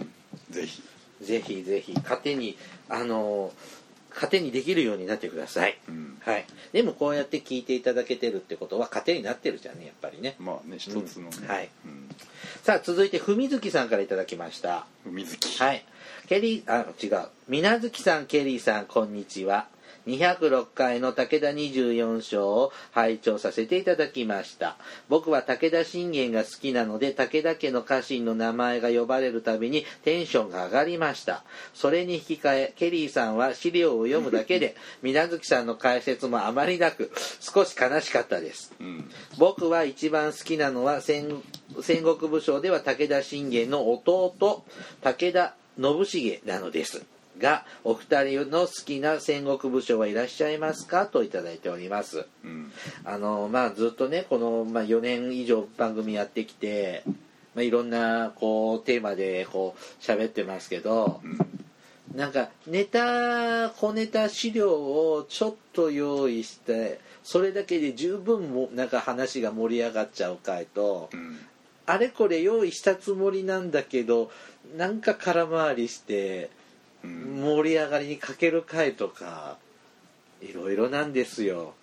ぜひぜひぜひ糧にあの糧にできるようになってください、うんはい、でもこうやって聞いていただけてるってことは糧になってるじゃんねやっぱりね。 まあね一つのね、 うんはいうん、さあ続いてふみずきさんからいただきました。 ふみずきはいケリーあ違うみなずきさんケリーさんこんにちは。にひゃくろっかいの武田にじゅうよん章を拝聴させていただきました。僕は武田信玄が好きなので武田家の家臣の名前が呼ばれるたびにテンションが上がりました。それに引き換えケリーさんは資料を読むだけで水無月さんの解説もあまりなく少し悲しかったです、うん、僕は一番好きなのは 戦, 戦国武将では武田信玄の弟武田信繁なのですが、お二人の好きな戦国武将はいらっしゃいますかといただいております、うん、あのまあずっとねこの、まあ、よねん以上番組やってきて、まあ、いろんなこうテーマでこう喋ってますけど、うん、なんかネタ小ネタ資料をちょっと用意してそれだけで十分もなんか話が盛り上がっちゃう回と、うん、あれこれ用意したつもりなんだけどなんか空回りして盛り上がりに欠ける回とかいろいろなんですよ。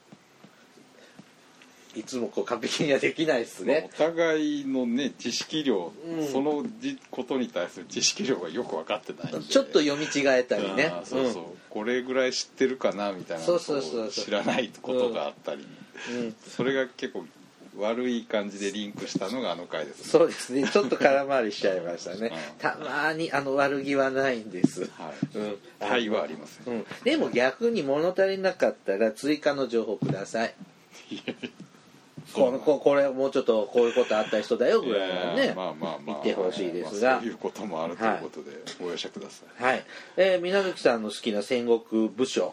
いつもこう完璧にはできないですね。 お互いのね知識量、うん、そのことに対する知識量がよく分かってないんでちょっと読み違えたりね。 そうそう、うん、これぐらい知ってるかなみたいなのを知らないことがあったり、うん、それが結構悪い感じでリンクしたのがあの回ですね。 そうですね。ちょっと空回りしちゃいましたね。うん、たまにあの悪気はないんです。はい。 うん。はいはありません。 うん。でも逆に物足りなかったら追加の情報ください。このここれもうちょっとこういうことあった人だよぐらいのね、まあまあまあ、言ってほしいですが、 まあ、そういうこともあるということで、はい、ご容赦ください。 はい。えー、水無月さんの好きな戦国武将。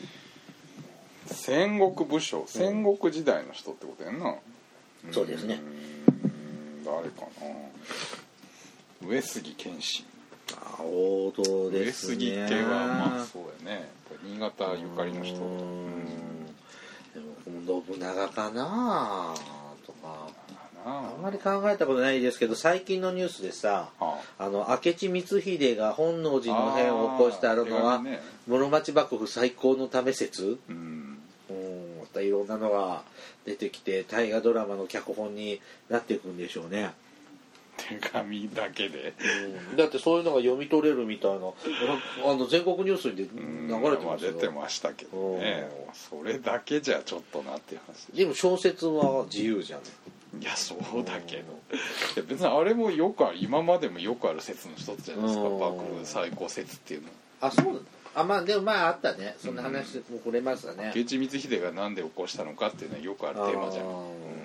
戦国武将、戦国時代の人ってことやんな。 うん、そうですね。 誰かな。上杉謙信。 あ、王道ですね。 上杉家はまあそうやね。新潟ゆかりの人。うんでも信長かなとかあんまり考えたことないですけど最近のニュースでさ、はあ、あの明智光秀が本能寺の変を起こしてあるのは、ね、室町幕府最高のため説、うん、うんまたいろんなのが出てきて大河ドラマの脚本になっていくんでしょうね。 紙だけで、 うん、だってそういうのが読み取れるみたいなあの全国ニュースにで流れてますよ、 うん、まあ、出てましたけどね、それだけじゃちょっとなっていう話ででも小説は自由じゃん。 いやそうだけど、いや別にあれもよくある、今までもよくある説の一つじゃないですか、幕府最高説っていうの。あ、 そうあ、まあでもまああったね、そんな話も触れましたね。 明智光秀がなんで起こしたのかっていうのはよくあるテーマじゃん、うん、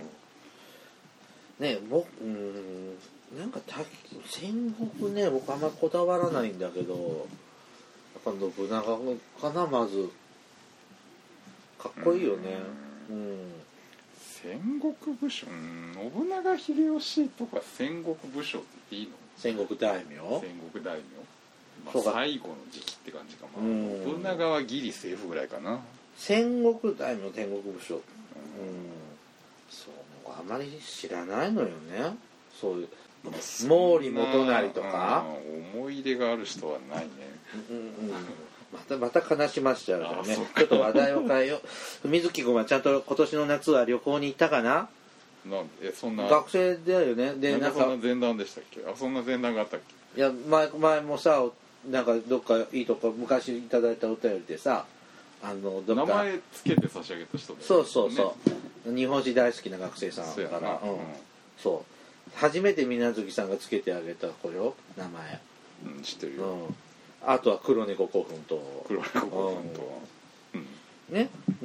ね、僕うんなんかた戦国ね、僕あんまこだわらないんだけど、やっぱ信長かな、まずかっこいいよね。うん、うん、 戦国武将、うん、信長秀吉とか戦国武将って言っていいの？ 戦国大名、 戦国大名、まあ、最後の時期って感じかな。信長はギリセーフぐらいかな。 戦国大名戦国武将、うん、そうあんまり知らないのよね、そういう毛利元就とか、 うん、思い入れがある人はないね。 うんうん、またまた悲しましちゃうからね。ちょっと話題を変えよう。水木君はちゃんと今年の夏は旅行に行ったかな？ なんえそんな学生だよね。でなんかそんな前段でしたっけ？あ、そんな前段があったっけ？ いや 前, 前もさ、なんかどっかいいとこ昔いただいたお便りでさ、あのどっか名前つけて差し上げた人だよね。 そうそうそう、日本史大好きな学生さんから、うん、そう初めて水無月さんがつけてあげた子よ、名前。 うん、知ってるよ。 うん、あとは黒猫古墳と黒猫古墳と、 うん、ね、うん、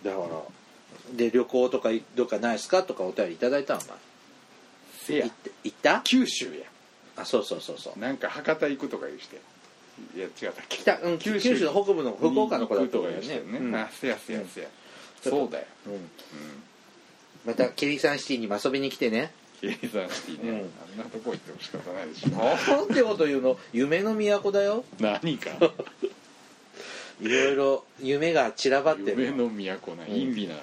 だからで旅行とかどっかないですかとかお便りいただいたの。お前せや行った？ 九州や。 あ、そうそうそうそう、 なんか博多行くとか言うして、いや違ったっけ、 北、うん、九州、九州の北部の福岡の子だったよね。 ね、うん、あ、せやせやせや、うん、そうだよ、うんうん、 またケリーサンシティにも遊びに来てね。 ケリーサンシティね、うん、あんなとこ行っても仕方ないでしょ。 なんてこと言うの、夢の都だよ。 何かいろいろ夢が散らばってる。 夢の都な、陰微な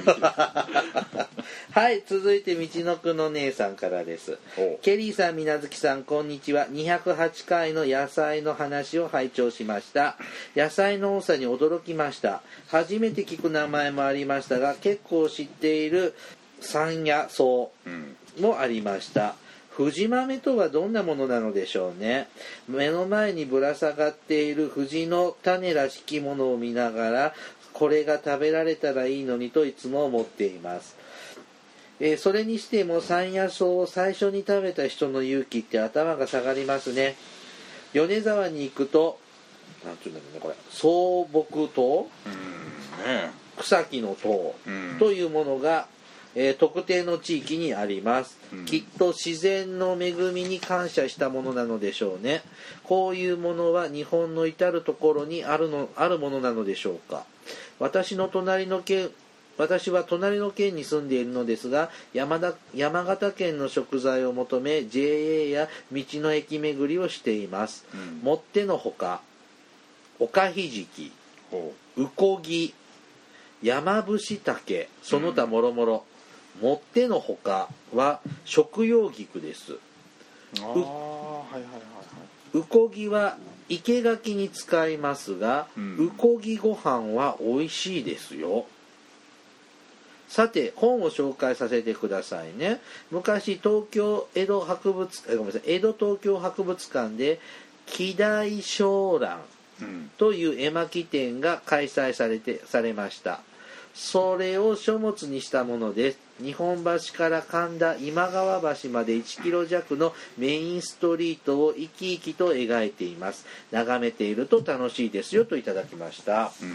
はい、続いてみちのくの姉さんからです。ケリーさん、みなずきさん、こんにちは。にひゃくはちかいの野菜の話を拝聴しました。野菜の多さに驚きました。初めて聞く名前もありましたが、結構知っている山野草もありました。藤豆とはどんなものなのでしょうね。目の前にぶら下がっている藤の種らしきものを見ながら、これが食べられたらいいのにといつも思っています。えー、それにしても山野草を最初に食べた人の勇気って頭が下がりますね。米沢に行くと、なんていうんだろうね、これ、草木塔、うんね、草木の塔というものが、えー、特定の地域にあります、うん、きっと自然の恵みに感謝したものなのでしょうね。こういうものは日本の至るところにあるの、あるものなのでしょうか。私の隣の県私は隣の県に住んでいるのですが、山田、山形県の食材を求め ジェーエー や道の駅巡りをしています、うん、もってのほかおかひじき、うこぎ、山伏竹、その他もろもろ、もってのほかは食用菊です。あ、はいはいはいはい、うこぎは生け垣に使いますが、うん、うこぎご飯は美味しいですよ。さて、本を紹介させてくださいね。昔東京江戸博物ごめんなさい江戸東京博物館で希代小覧という絵巻展が開催されてされました。それを書物にしたものです。日本橋から神田今川橋までいちキロ弱のメインストリートを生き生きと描いています。眺めていると楽しいですよといただきました、うん、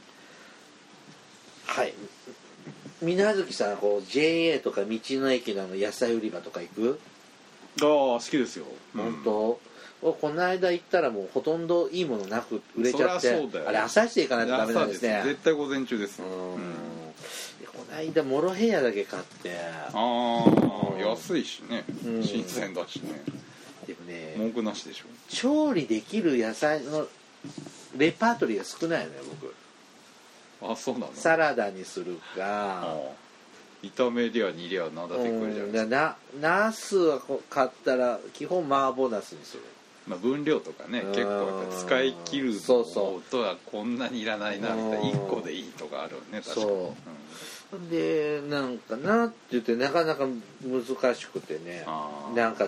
はい。水無月さん、こう ジェーエー とか道の駅の野菜売り場とか行く？ ああ、好きですよ。 本当？うん、この間行ったらもうほとんどいいものなく売れちゃって、あれ朝して行かないとダメなんですね。 絶対午前中です。うん、 うん、この間モロヘイヤだけ買って、 ああ、うん、安いしね、うん、新鮮だしね。 でもね、 文句なしでしょ。 調理できる野菜のレパートリーが少ないのよ、僕。 あ、そうなの。 サラダにするか、 炒めりゃ煮りゃなんだってくるじゃないですか。 な、ナスは買ったら基本麻婆ナスにする。 まあ、分量とかね、結構やっぱ使い切るのとはこんなにいらないなみたいな、いっこでいいとかあるね、確かに。そう、うん、でなんかなって言ってなかなか難しくてね、なんか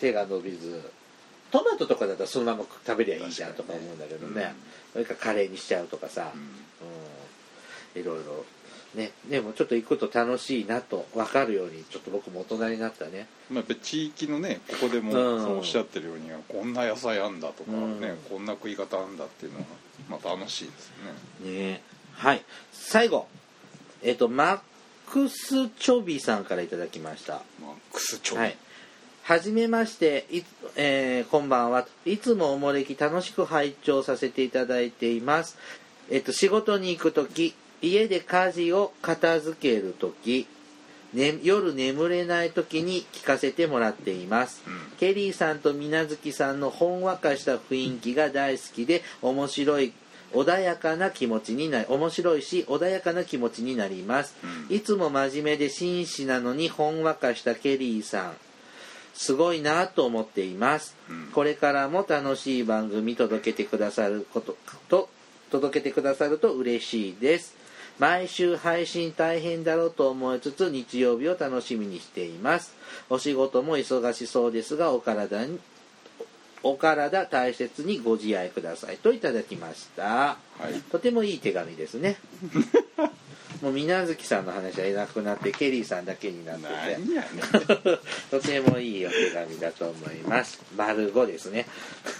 手が伸びず、トマトとかだったらそのまま食べりゃいいじゃんとか思うんだけどね、それからカレーにしちゃうとかさ、うん、いろいろね。でもちょっと行くと楽しいなと分かるようにちょっと僕も大人になったね。 まあ、やっぱり地域のね、ここでもそうおっしゃってるように、うん、こんな野菜あんだとかね、うん、こんな食い方あんだっていうのはまあ楽しいですね。 ね。はい、最後えっとマックスチョビさんからいただきました。 マックスチョビ、 はい、はじめましてい、えー、こんばんは。いつもおもれき楽しく拝聴させていただいています。えっと仕事に行くとき、家で家事を片付けるとき、ね、夜眠れないときに聞かせてもらっています、うん、ケリーさんとみなずきさんのほんわかした雰囲気が大好きで、面白い穏やかな気持ちになり面白いし穏やかな気持ちになります、うん、いつも真面目で紳士なのにほんわかしたケリーさん、すごいなと思っています、うん、これからも楽しい番組届けてくださることと届けてくださると嬉しいです。毎週配信大変だろうと思いつつ日曜日を楽しみにしています。お仕事も忙しそうですが、お体にお体大切にご自愛くださいといただきました、はい、とてもいい手紙ですね。もう水無月さんの話はいなくなってケリーさんだけになってて、 何やねんとてもいいお手紙だと思います。丸ごですね。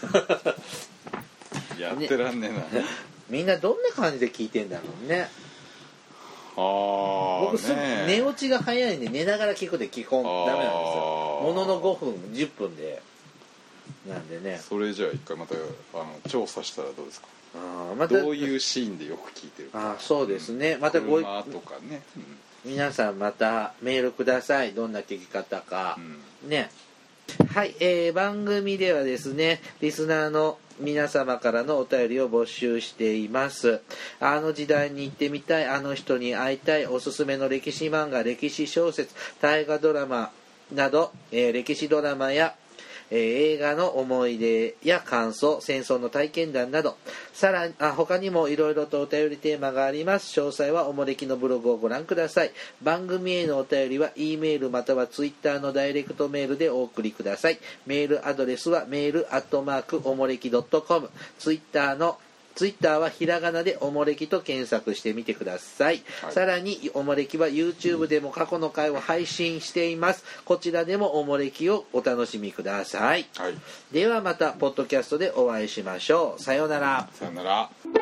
やってらんねえな、ね、 みんなどんな感じで聞いてんだろうね。 あ僕すぐ寝落ちが早いんで寝ながら聞くで基本ダメなんですよ。もののごふんじゅっぷんでなんでね。 それじゃあ一回またあの調査したらどうですか。 あ、ま、 どういうシーンでよく聞いてるか。 あ、そうですね、またご車とかね、 うん、皆さんまたメールください。どんな聞き方か、うん、ね。はい、えー、番組ではですねリスナーの皆様からのお便りを募集しています。あの時代に行ってみたい、あの人に会いたい、おすすめの歴史漫画、歴史小説、大河ドラマなど、えー、歴史ドラマや、えー、映画の思い出や感想、戦争の体験談など、さらにあ他にもいろいろとお便りテーマがあります。詳細はおもれきのブログをご覧ください。番組へのお便りは E メールまたは Twitter のダイレクトメールでお送りください。メールアドレスはメールアットマークおもれき .com、 Twitter のツイッターはひらがなでおもれきと検索してみてください、はい、さらにおもれきは YouTube でも過去の回を配信しています。こちらでもおもれきをお楽しみください、はい、ではまたポッドキャストでお会いしましょう。さようなら。 さようなら。